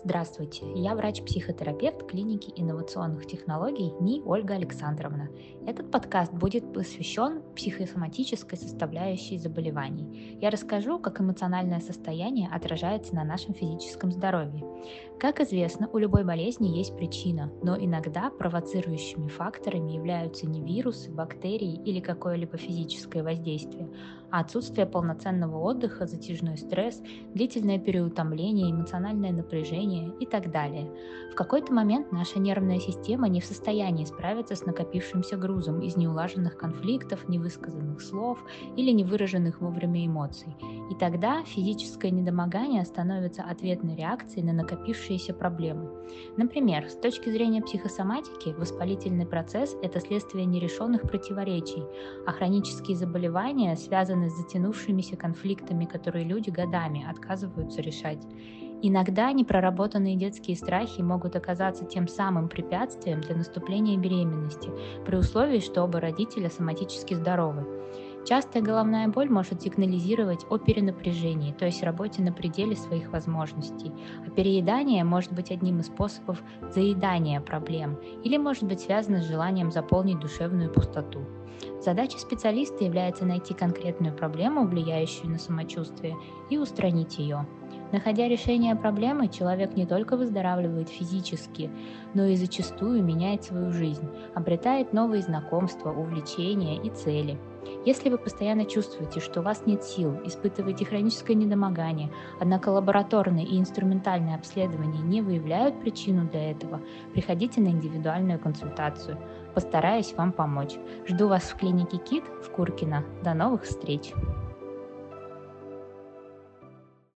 Здравствуйте, я врач-психотерапевт клиники инновационных технологий НИИ Ольга Александровна. Этот подкаст будет посвящен психосоматической составляющей заболеваний. Я расскажу, как эмоциональное состояние отражается на нашем физическом здоровье. Как известно, у любой болезни есть причина, но иногда провоцирующими факторами являются не вирусы, бактерии или какое-либо физическое воздействие, а отсутствие полноценного отдыха, затяжной стресс, длительное переутомление, эмоциональное напряжение и так далее. В какой-то момент наша нервная система не в состоянии справиться с накопившимся грузом из неулаженных конфликтов, невысказанных слов или невыраженных вовремя эмоций. И тогда физическое недомогание становится ответной реакцией на накопившиеся проблемы. Например, с точки зрения психосоматики, воспалительный процесс– это следствие нерешенных противоречий, а хронические заболевания связаны с затянувшимися конфликтами, которые люди годами отказываются решать. Иногда непроработанные детские страхи могут оказаться тем самым препятствием для наступления беременности, при условии, что оба родителя соматически здоровы. Частая головная боль может сигнализировать о перенапряжении, то есть работе на пределе своих возможностей, а переедание может быть одним из способов заедания проблем или может быть связано с желанием заполнить душевную пустоту. Задача специалиста является найти конкретную проблему, влияющую на самочувствие, и устранить ее. Находя решение проблемы, человек не только выздоравливает физически, но и зачастую меняет свою жизнь, обретает новые знакомства, увлечения и цели. Если вы постоянно чувствуете, что у вас нет сил, испытываете хроническое недомогание, однако лабораторные и инструментальные обследования не выявляют причину для этого, приходите на индивидуальную консультацию. Постараюсь вам помочь. Жду вас в клинике КИТ в Куркино. До новых встреч!